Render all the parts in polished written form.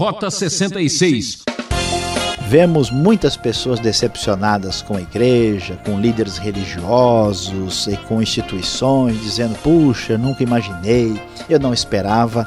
Rota 66. Vemos muitas pessoas decepcionadas com a igreja, com líderes religiosos e com instituições, dizendo: puxa, nunca imaginei, eu não esperava.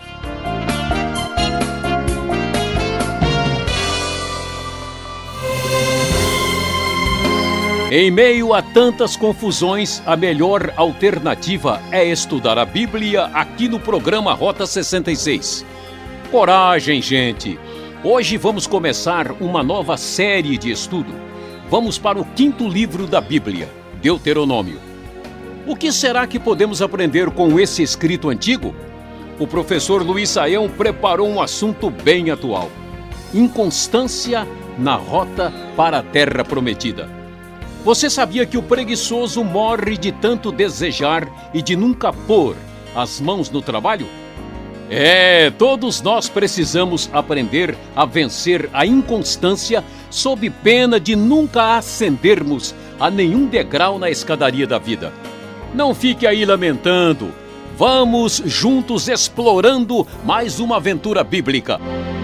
Em meio a tantas confusões, a melhor alternativa é estudar a Bíblia aqui no programa Rota 66. Coragem, gente! Hoje vamos começar uma nova série de estudo. Vamos para o 5º livro da Bíblia, Deuteronômio. O que será que podemos aprender com esse escrito antigo? O professor Luiz Saião preparou um assunto bem atual: inconstância na rota para a Terra Prometida. Você sabia que o preguiçoso morre de tanto desejar e de nunca pôr as mãos no trabalho? Todos nós precisamos aprender a vencer a inconstância sob pena de nunca ascendermos a nenhum degrau na escadaria da vida. Não fique aí lamentando. Vamos juntos explorando mais uma aventura bíblica.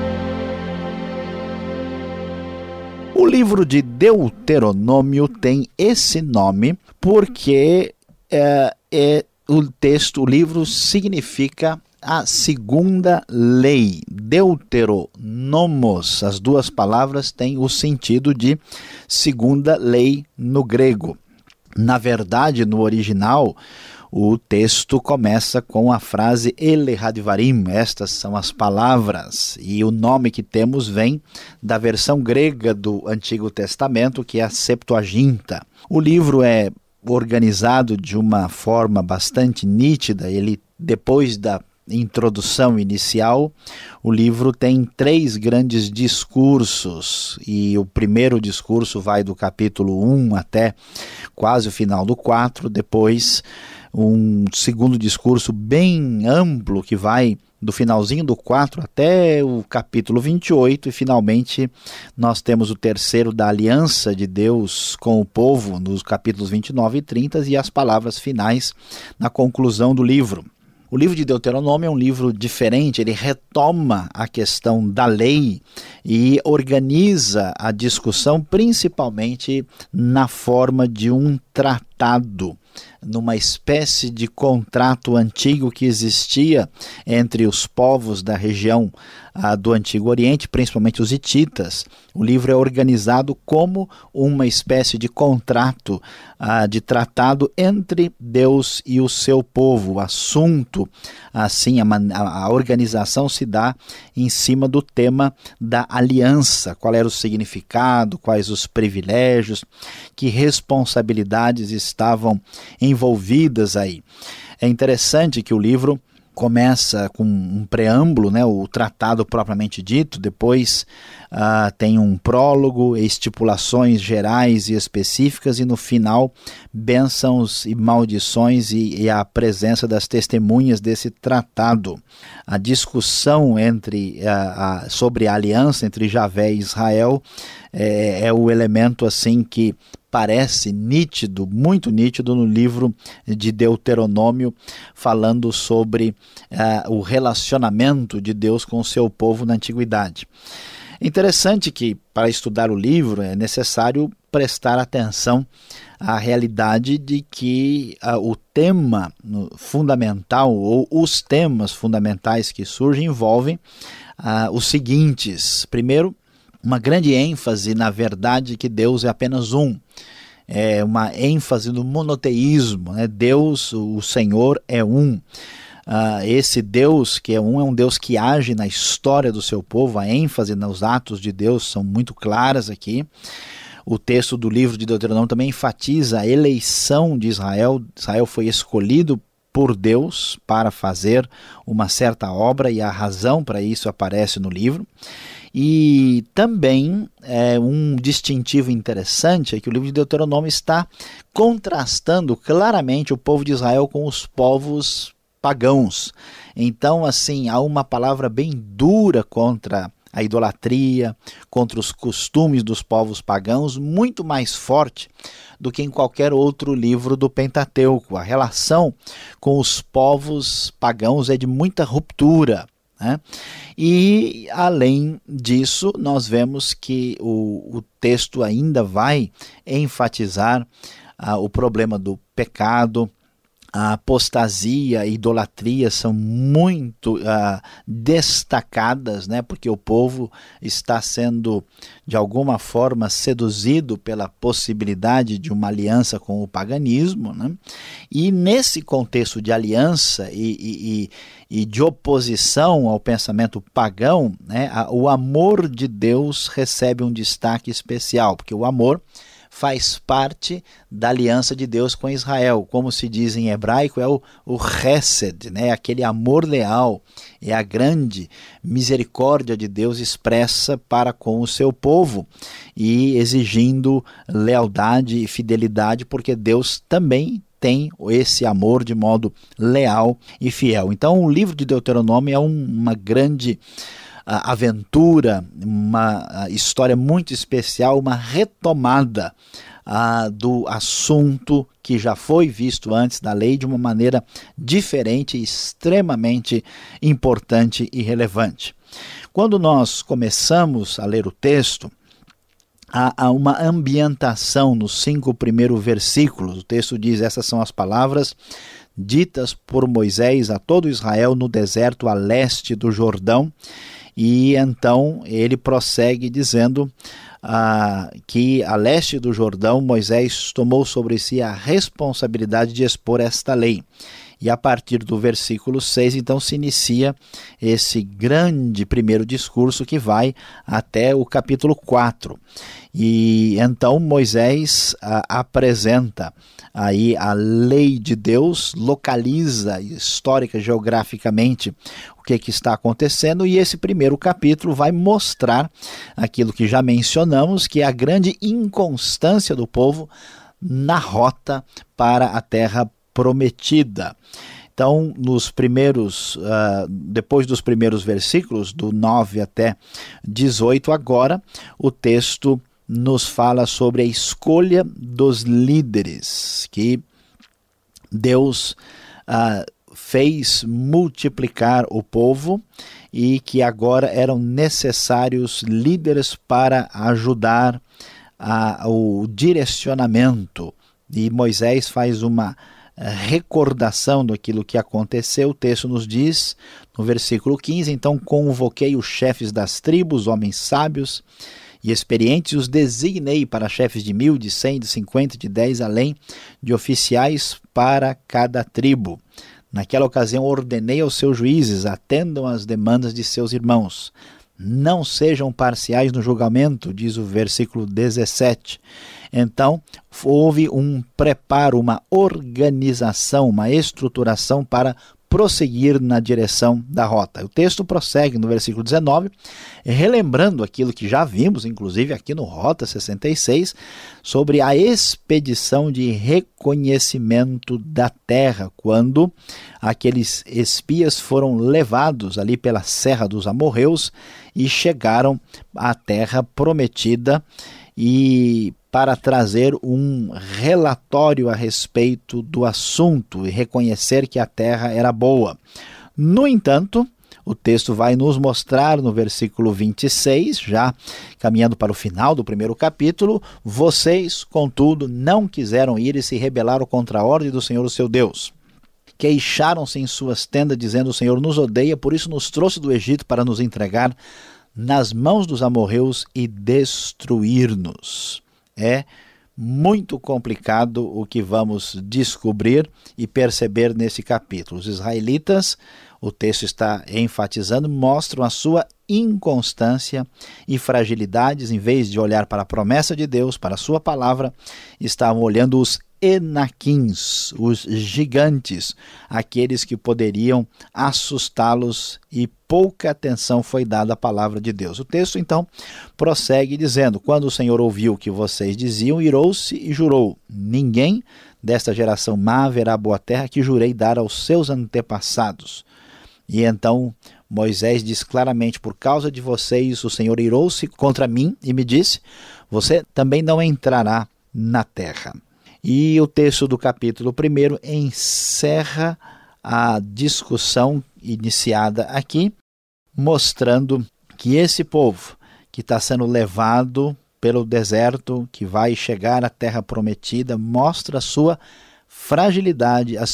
O livro de Deuteronômio tem esse nome porque o livro significa a segunda lei. Deuteronomos, as duas palavras têm o sentido de segunda lei no grego. Na verdade, no original, o texto começa com a frase Ele Hadvarim, estas são as palavras, e o nome que temos vem da versão grega do Antigo Testamento, que é a Septuaginta. O livro é organizado de uma forma bastante nítida. Depois da introdução inicial, o livro tem 3 grandes discursos, e o primeiro discurso vai do capítulo 1 até quase o final do 4, depois um segundo discurso bem amplo que vai do finalzinho do 4 até o capítulo 28, e finalmente nós temos o terceiro da aliança de Deus com o povo nos capítulos 29 e 30 e as palavras finais na conclusão do livro. O livro de Deuteronômio é um livro diferente, ele retoma a questão da lei e organiza a discussão principalmente na forma de um tratado, numa espécie de contrato antigo que existia entre os povos da região do Antigo Oriente, principalmente os hititas. O livro é organizado como uma espécie de contrato, de tratado entre Deus e o seu povo. O assunto, assim, a organização se dá em cima do tema da aliança. Qual era o significado, quais os privilégios, que responsabilidades estavam envolvidas aí. É interessante que o livro começa com um preâmbulo, o tratado propriamente dito, depois tem um prólogo, estipulações gerais e específicas, e no final, bênçãos e maldições e a presença das testemunhas desse tratado. A discussão sobre a aliança entre Javé e Israel é o elemento assim que parece nítido, muito nítido no livro de Deuteronômio, falando sobre o relacionamento de Deus com o seu povo na antiguidade. Interessante que, para estudar o livro, é necessário prestar atenção à realidade de que o tema fundamental, ou os temas fundamentais que surgem, envolvem os seguintes. Primeiro, uma grande ênfase na verdade que Deus é apenas um. É uma ênfase no monoteísmo, Deus, o Senhor, é um. Esse Deus que é um Deus que age na história do seu povo. A ênfase nos atos de Deus são muito claras aqui. O texto do livro de Deuteronômio também enfatiza a eleição de Israel. Israel foi escolhido por Deus para fazer uma certa obra, e a razão para isso aparece no livro. E também um distintivo interessante é que o livro de Deuteronômio está contrastando claramente o povo de Israel com os povos pagãos. Então, assim, há uma palavra bem dura contra a idolatria, contra os costumes dos povos pagãos, muito mais forte do que em qualquer outro livro do Pentateuco. A relação com os povos pagãos é de muita ruptura. né? E, além disso, nós vemos que o texto ainda vai enfatizar o problema do pecado. A apostasia e idolatria são muito destacadas, né? Porque o povo está sendo, de alguma forma, seduzido pela possibilidade de uma aliança com o paganismo, né? E nesse contexto de aliança e de oposição ao pensamento pagão, né? O amor de Deus recebe um destaque especial, porque o amor faz parte da aliança de Deus com Israel. Como se diz em hebraico, é o Hesed, né? Aquele amor leal, é a grande misericórdia de Deus expressa para com o seu povo e exigindo lealdade e fidelidade, porque Deus também tem esse amor de modo leal e fiel. Então, o livro de Deuteronômio é uma grande aventura, uma história muito especial, uma retomada do assunto que já foi visto antes da lei de uma maneira diferente, extremamente importante e relevante. Quando nós começamos a ler o texto, há uma ambientação nos 5 primeiros versículos. O texto diz: essas são as palavras ditas por Moisés a todo Israel no deserto a leste do Jordão. E então ele prossegue dizendo que a leste do Jordão Moisés tomou sobre si a responsabilidade de expor esta lei. E a partir do versículo 6, então, se inicia esse grande primeiro discurso que vai até o capítulo 4. E então Moisés apresenta aí a lei de Deus, localiza histórica, geograficamente, o que está acontecendo, e esse primeiro capítulo vai mostrar aquilo que já mencionamos, que é a grande inconstância do povo na rota para a terra prometida. Então, depois dos primeiros versículos, do 9 até 18, agora o texto nos fala sobre a escolha dos líderes, que Deus fez multiplicar o povo e que agora eram necessários líderes para ajudar o direcionamento. E Moisés faz uma recordação daquilo que aconteceu. O texto nos diz, no versículo 15, então convoquei os chefes das tribos, homens sábios e experientes, e os designei para chefes de 1.000, de 100, de 50, de 10, além de oficiais para cada tribo. Naquela ocasião ordenei aos seus juízes: atendam às demandas de seus irmãos. Não sejam parciais no julgamento, diz o versículo 17. Então, houve um preparo, uma organização, uma estruturação para prosseguir na direção da rota. O texto prossegue no versículo 19, relembrando aquilo que já vimos, inclusive aqui no Rota 66, sobre a expedição de reconhecimento da terra, quando aqueles espias foram levados ali pela Serra dos Amorreus e chegaram à terra prometida, e para trazer um relatório a respeito do assunto e reconhecer que a terra era boa. No entanto, o texto vai nos mostrar no versículo 26, já caminhando para o final do primeiro capítulo: vocês, contudo, não quiseram ir e se rebelaram contra a ordem do Senhor, o seu Deus. Queixaram-se em suas tendas, dizendo: o Senhor nos odeia, por isso nos trouxe do Egito para nos entregar nas mãos dos amorreus e destruir-nos. É muito complicado o que vamos descobrir e perceber nesse capítulo. Os israelitas, o texto está enfatizando, mostram a sua inconstância e fragilidades. Em vez de olhar para a promessa de Deus, para a sua palavra, estavam olhando os enaquins, os gigantes, aqueles que poderiam assustá-los, e pouca atenção foi dada à palavra de Deus. O texto então prossegue dizendo: quando o Senhor ouviu o que vocês diziam, irou-se e jurou: ninguém desta geração má verá a boa terra que jurei dar aos seus antepassados. E então Moisés diz claramente: por causa de vocês o Senhor irou-se contra mim e me disse: você também não entrará na terra. E o texto do capítulo 1 encerra a discussão iniciada aqui, mostrando que esse povo que está sendo levado pelo deserto, que vai chegar à terra prometida, mostra a sua fragilidade, a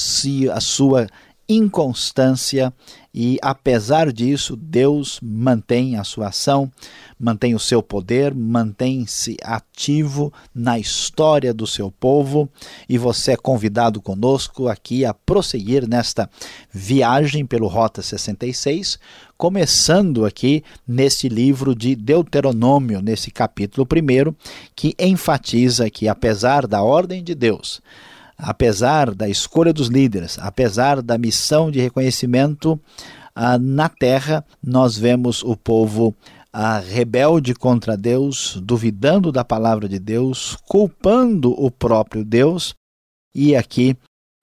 sua inconstância, e apesar disso, Deus mantém a sua ação, mantém o seu poder, mantém-se ativo na história do seu povo, e você é convidado conosco aqui a prosseguir nesta viagem pelo Rota 66, começando aqui nesse livro de Deuteronômio, nesse capítulo 1, que enfatiza que apesar da ordem de Deus, apesar da escolha dos líderes, apesar da missão de reconhecimento na terra, nós vemos o povo rebelde contra Deus, duvidando da palavra de Deus, culpando o próprio Deus. E aqui,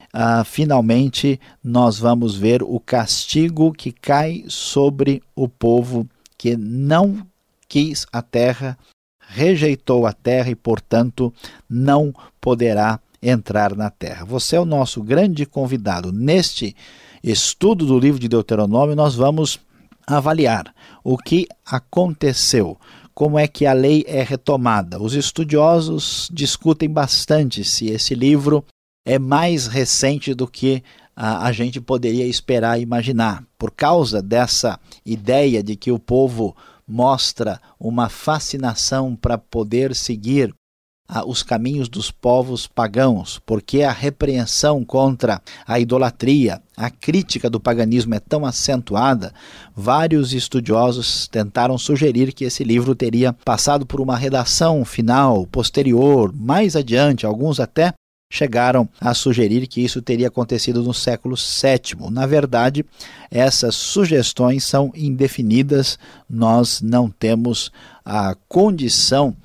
finalmente, nós vamos ver o castigo que cai sobre o povo que não quis a terra, rejeitou a terra e, portanto, não poderá entrar na terra. Você é o nosso grande convidado. Neste estudo do livro de Deuteronômio, nós vamos avaliar o que aconteceu, como é que a lei é retomada. Os estudiosos discutem bastante se esse livro é mais recente do que a gente poderia esperar e imaginar, por causa dessa ideia de que o povo mostra uma fascinação para poder seguir os caminhos dos povos pagãos, porque a repreensão contra a idolatria, a crítica do paganismo é tão acentuada. Vários estudiosos tentaram sugerir que esse livro teria passado por uma redação final, posterior, mais adiante. Alguns até chegaram a sugerir que isso teria acontecido no século VII. Na verdade, essas sugestões são indefinidas. Nós não temos a condição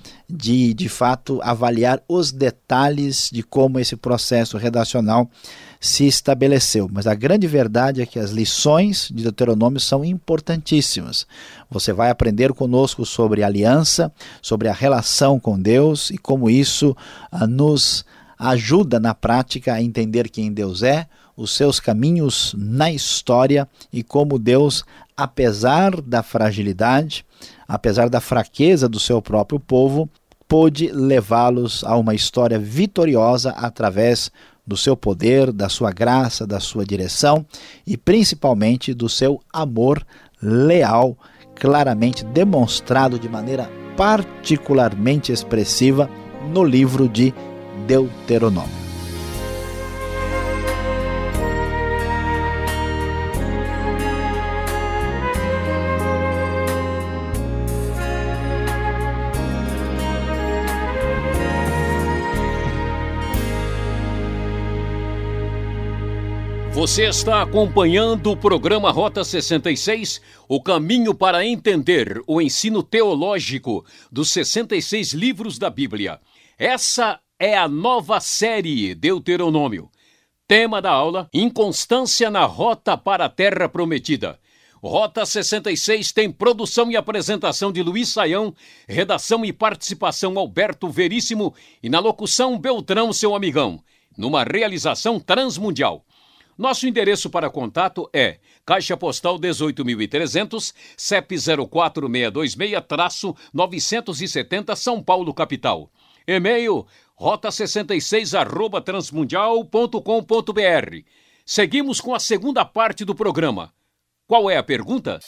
de fato, avaliar os detalhes de como esse processo redacional se estabeleceu. Mas a grande verdade é que as lições de Deuteronômio são importantíssimas. Você vai aprender conosco sobre aliança, sobre a relação com Deus e como isso nos ajuda na prática a entender quem Deus é, os seus caminhos na história e como Deus, apesar da fragilidade, apesar da fraqueza do seu próprio povo, pôde levá-los a uma história vitoriosa através do seu poder, da sua graça, da sua direção e principalmente do seu amor leal, claramente demonstrado de maneira particularmente expressiva no livro de Deuteronômio. Você está acompanhando o programa Rota 66, o caminho para entender o ensino teológico dos 66 livros da Bíblia. Essa é a nova série Deuteronômio. Tema da aula: Inconstância na Rota para a Terra Prometida. Rota 66 tem produção e apresentação de Luiz Saião, redação e participação Alberto Veríssimo e na locução Beltrão, seu amigão, numa realização transmundial. Nosso endereço para contato é Caixa Postal 18.300, CEP 04626-970, São Paulo, capital. E-mail rota66@transmundial.com.br. Seguimos com a segunda parte do programa. Qual é a pergunta?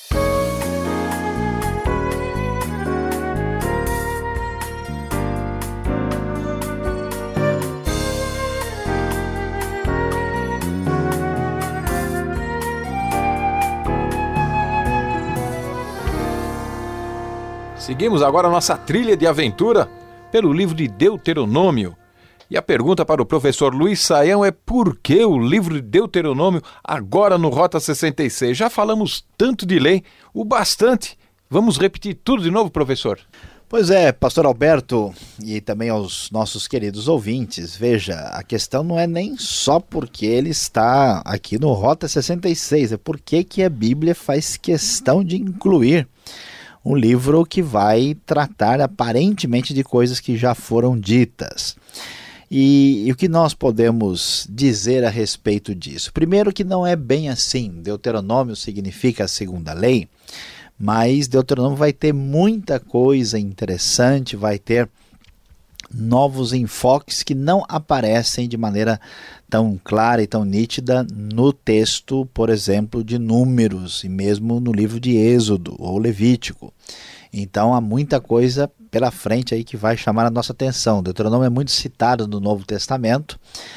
Seguimos agora a nossa trilha de aventura pelo livro de Deuteronômio. E a pergunta para o professor Luiz Saião é: por que o livro de Deuteronômio agora no Rota 66? Já falamos tanto de lei, o bastante. Vamos repetir tudo de novo, professor? Pois é, pastor Alberto, e também aos nossos queridos ouvintes, veja, a questão não é nem só porque ele está aqui no Rota 66, é porque que a Bíblia faz questão de incluir um livro que vai tratar aparentemente de coisas que já foram ditas. E o que nós podemos dizer a respeito disso? Primeiro, que não é bem assim. Deuteronômio significa a segunda lei, mas Deuteronômio vai ter muita coisa interessante, vai ter novos enfoques que não aparecem de maneira tão clara e tão nítida no texto, por exemplo, de Números e mesmo no livro de Êxodo ou Levítico. Então há muita coisa pela frente aí que vai chamar a nossa atenção. Deuteronômio é muito citado no Novo Testamento,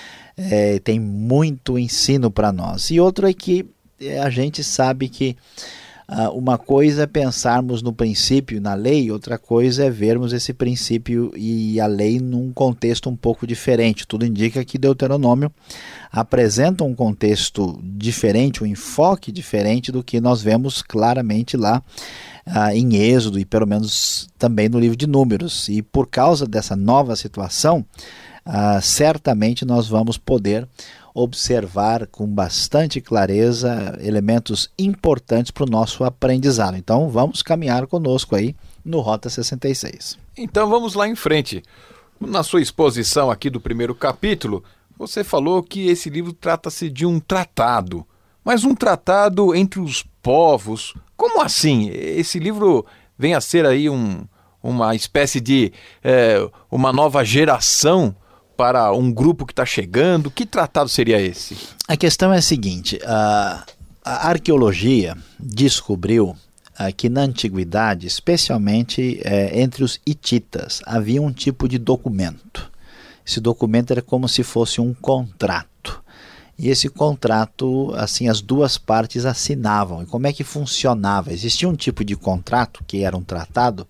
tem muito ensino para nós. E outro é que a gente sabe que uma coisa é pensarmos no princípio, na lei, outra coisa é vermos esse princípio e a lei num contexto um pouco diferente. Tudo indica que Deuteronômio apresenta um contexto diferente, um enfoque diferente do que nós vemos claramente lá em Êxodo e pelo menos também no livro de Números. E por causa dessa nova situação, certamente nós vamos poder observar com bastante clareza elementos importantes para o nosso aprendizado. Então vamos caminhar conosco aí no Rota 66. Então vamos lá em frente. Na sua exposição aqui do primeiro capítulo, você falou que esse livro trata-se de um tratado, mas um tratado entre os povos. Como assim? Esse livro vem a ser aí uma espécie de uma nova geração para um grupo que está chegando? Que tratado seria esse? A questão é a seguinte, a arqueologia descobriu que na antiguidade, especialmente entre os hititas, havia um tipo de documento. Esse documento era como se fosse um contrato. E esse contrato, assim, as duas partes assinavam. E como é que funcionava? Existia um tipo de contrato, que era um tratado,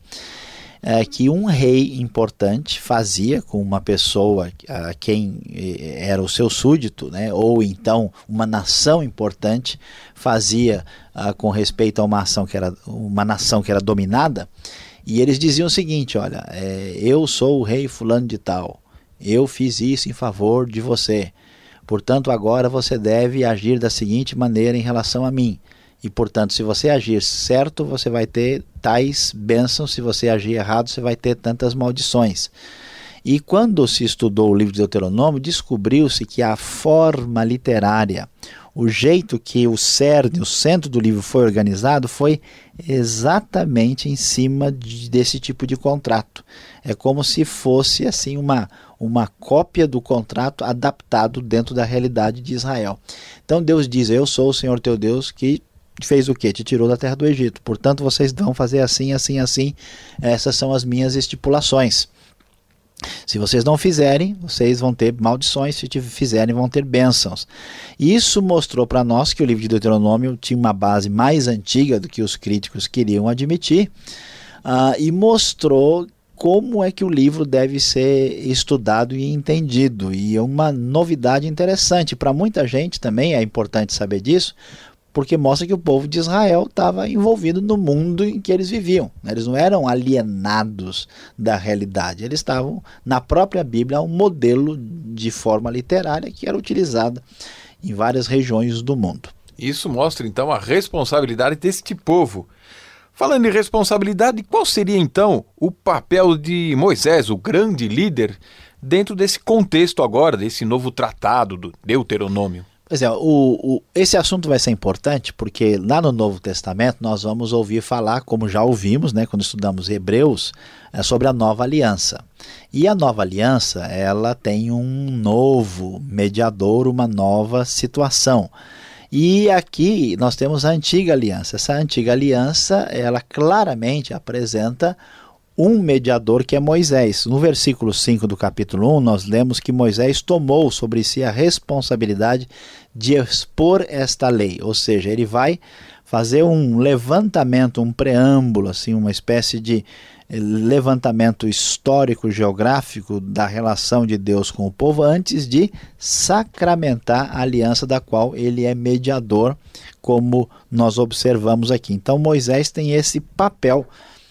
que um rei importante fazia com uma pessoa a quem era o seu súdito, né? Ou então uma nação importante fazia com respeito a uma nação que era dominada, e eles diziam o seguinte: olha, eu sou o rei fulano de tal, eu fiz isso em favor de você, portanto agora você deve agir da seguinte maneira em relação a mim. E, portanto, se você agir certo, você vai ter tais bênçãos. Se você agir errado, você vai ter tantas maldições. E quando se estudou o livro de Deuteronômio, descobriu-se que a forma literária, o jeito que o cerne, o centro do livro foi organizado, foi exatamente em cima desse tipo de contrato. É como se fosse assim uma cópia do contrato adaptado dentro da realidade de Israel. Então Deus diz: eu sou o Senhor teu Deus que fez o quê? Te tirou da terra do Egito. Portanto, vocês vão fazer assim, assim, assim. Essas são as minhas estipulações. Se vocês não fizerem, vocês vão ter maldições. Se fizerem, vão ter bênçãos. E isso mostrou para nós que o livro de Deuteronômio tinha uma base mais antiga do que os críticos queriam admitir, e mostrou como é que o livro deve ser estudado e entendido. E é uma novidade interessante. Para muita gente também é importante saber disso, porque mostra que o povo de Israel estava envolvido no mundo em que eles viviam. Eles não eram alienados da realidade. Eles estavam, na própria Bíblia, um modelo de forma literária que era utilizada em várias regiões do mundo. Isso mostra, então, a responsabilidade deste povo. Falando em responsabilidade, qual seria, então, o papel de Moisés, o grande líder, dentro desse contexto agora, desse novo tratado do Deuteronômio? Pois é, esse assunto vai ser importante porque lá no Novo Testamento nós vamos ouvir falar, como já ouvimos, né, quando estudamos Hebreus, sobre a nova aliança. E a nova aliança, ela tem um novo mediador, uma nova situação. E aqui nós temos a antiga aliança. Essa antiga aliança, ela claramente apresenta um mediador que é Moisés. No versículo 5 do capítulo 1, nós lemos que Moisés tomou sobre si a responsabilidade de expor esta lei, ou seja, ele vai fazer um levantamento, um preâmbulo, assim, uma espécie de levantamento histórico, geográfico da relação de Deus com o povo antes de sacramentar a aliança da qual ele é mediador, como nós observamos aqui. Então Moisés tem esse papel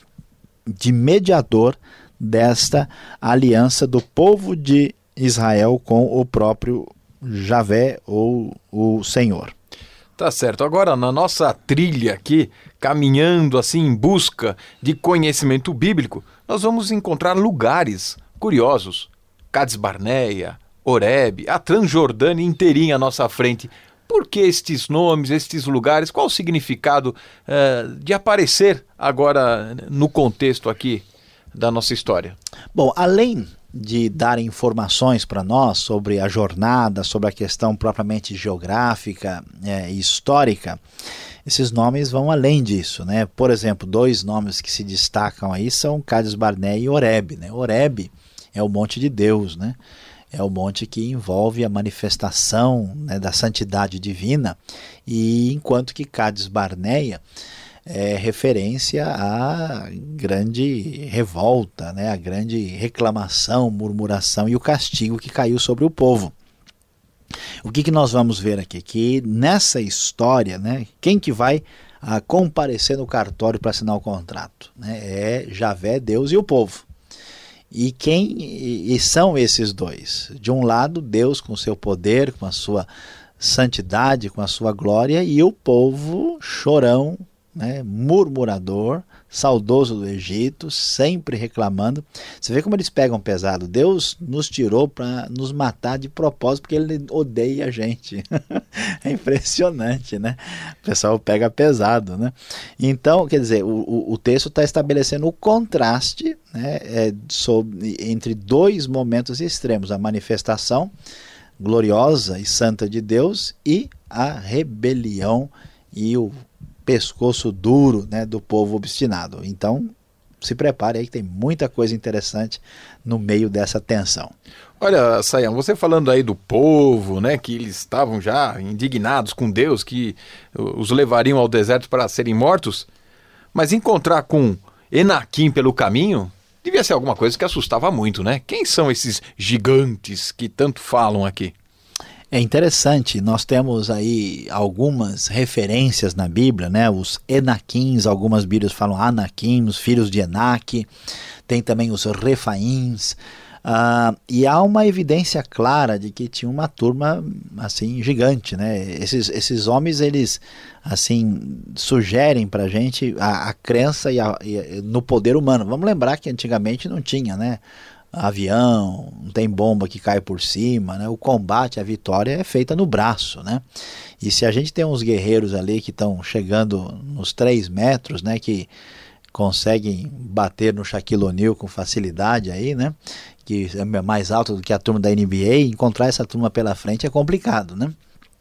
de mediador desta aliança do povo de Israel com o próprio Javé ou o Senhor. Tá certo. Agora, na nossa trilha aqui, caminhando assim em busca de conhecimento bíblico, nós vamos encontrar lugares curiosos. Cades Barneia, Horebe, a Transjordânia inteirinha à nossa frente. por que estes nomes, estes lugares? Qual o significado de aparecer agora no contexto aqui da nossa história? Bom, além de dar informações para nós sobre a jornada, sobre a questão propriamente geográfica e histórica, esses nomes vão além disso, né? Por exemplo, 2 nomes que se destacam aí são Cádiz Barnea e Horebe, né? Horebe é o monte de Deus, né? É o monte que envolve a manifestação, né, da santidade divina, e enquanto que Cádiz Barnea é referência à grande revolta, né, a grande reclamação, murmuração e o castigo que caiu sobre o povo. O que nós vamos ver aqui? Que nessa história, né, quem que vai comparecer no cartório para assinar o contrato? Né? É Javé, Deus e o povo. E são esses dois? De um lado, Deus com seu poder, com a sua santidade, com a sua glória, e o povo chorão, né, murmurador, saudoso do Egito, sempre reclamando. Você vê como eles pegam pesado. Deus nos tirou para nos matar de propósito, porque ele odeia a gente. É impressionante, né? O pessoal pega pesado, né? Então, quer dizer, o texto está estabelecendo o contraste, né, entre 2 momentos extremos: a manifestação gloriosa e santa de Deus e a rebelião e o pescoço duro, né, do povo obstinado. Então, se prepare aí que tem muita coisa interessante no meio dessa tensão. Olha, Sayão, você falando aí do povo, né, que eles estavam já indignados com Deus, que os levariam ao deserto para serem mortos, mas encontrar com Enaquim pelo caminho devia ser alguma coisa que assustava muito, né? Quem são esses gigantes que tanto falam aqui? É interessante, nós temos aí algumas referências na Bíblia, né? Os Enaquins, algumas Bíblias falam Anaquim, os filhos de Enaque, tem também os Refaíns, e há uma evidência clara de que tinha uma turma assim gigante, né? Esses homens, eles assim sugerem para a gente a crença no poder humano. Vamos lembrar que antigamente não tinha, né, avião, não tem bomba que cai por cima, né? O combate, a vitória é feita no braço, né? E se a gente tem uns guerreiros ali que estão chegando nos 3 metros, né, que conseguem bater no Shaquille O'Neal com facilidade aí, né, que é mais alto do que a turma da NBA, encontrar essa turma pela frente é complicado, né?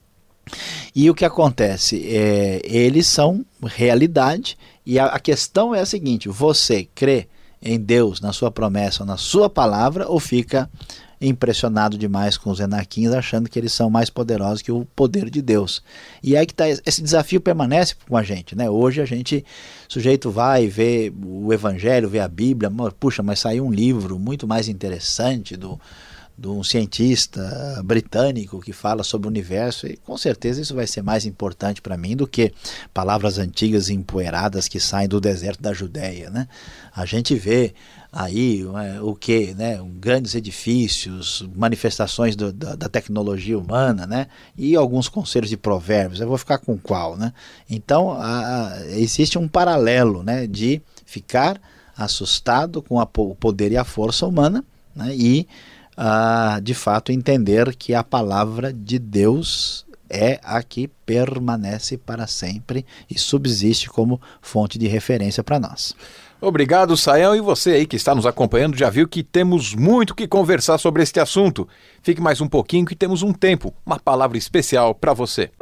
E o que acontece? Eles são realidade, e a questão é a seguinte: você crê em Deus, na sua promessa, na sua palavra, ou fica impressionado demais com os Enaquins, achando que eles são mais poderosos que o poder de Deus? E aí que tá, esse desafio permanece com a gente, né? Hoje o sujeito vai ver o Evangelho, vê a Bíblia, puxa, mas saiu um livro muito mais interessante de um cientista britânico que fala sobre o universo, e com certeza isso vai ser mais importante para mim do que palavras antigas e empoeiradas que saem do deserto da Judéia, né? A gente vê aí o que, né, grandes edifícios, manifestações da tecnologia humana, né, e alguns conselhos de provérbios. Eu vou ficar com qual, né? Então existe um paralelo, né, de ficar assustado com o poder e a força humana, né, e de fato entender que a palavra de Deus é a que permanece para sempre e subsiste como fonte de referência para nós. Obrigado, Sayão, e você aí que está nos acompanhando já viu que temos muito que conversar sobre este assunto. Fique mais um pouquinho que temos um tempo, uma palavra especial para você.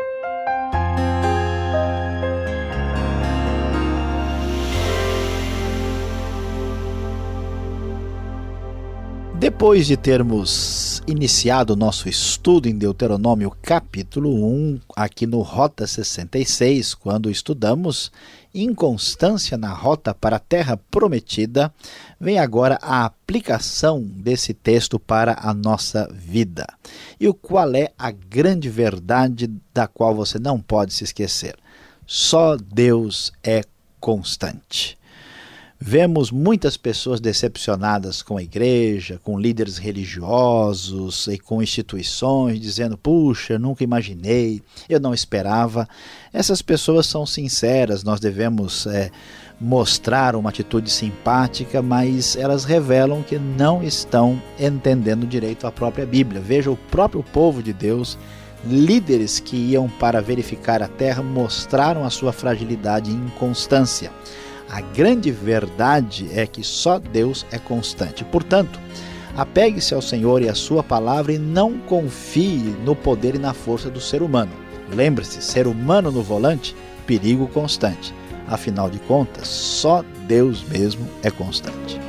Depois de termos iniciado o nosso estudo em Deuteronômio capítulo 1, aqui no Rota 66, quando estudamos inconstância na rota para a terra prometida, vem agora a aplicação desse texto para a nossa vida. E qual é a grande verdade da qual você não pode se esquecer? Só Deus é constante. Vemos muitas pessoas decepcionadas com a igreja, com líderes religiosos e com instituições, dizendo, puxa, nunca imaginei, eu não esperava. Essas pessoas são sinceras, nós devemos mostrar uma atitude simpática, mas elas revelam que não estão entendendo direito a própria Bíblia. Veja, o próprio povo de Deus Líderes que iam para verificar a terra mostraram a sua fragilidade e inconstância. A grande verdade é que só Deus é constante. Portanto, apegue-se ao Senhor e à sua palavra e não confie no poder e na força do ser humano. Lembre-se, ser humano no volante, perigo constante. Afinal de contas, só Deus mesmo é constante.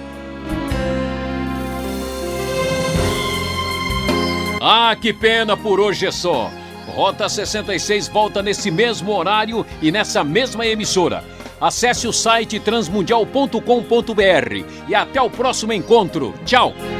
Ah, que pena, por hoje é só. Rota 66 volta nesse mesmo horário e nessa mesma emissora. Acesse o site transmundial.com.br e até o próximo encontro. Tchau!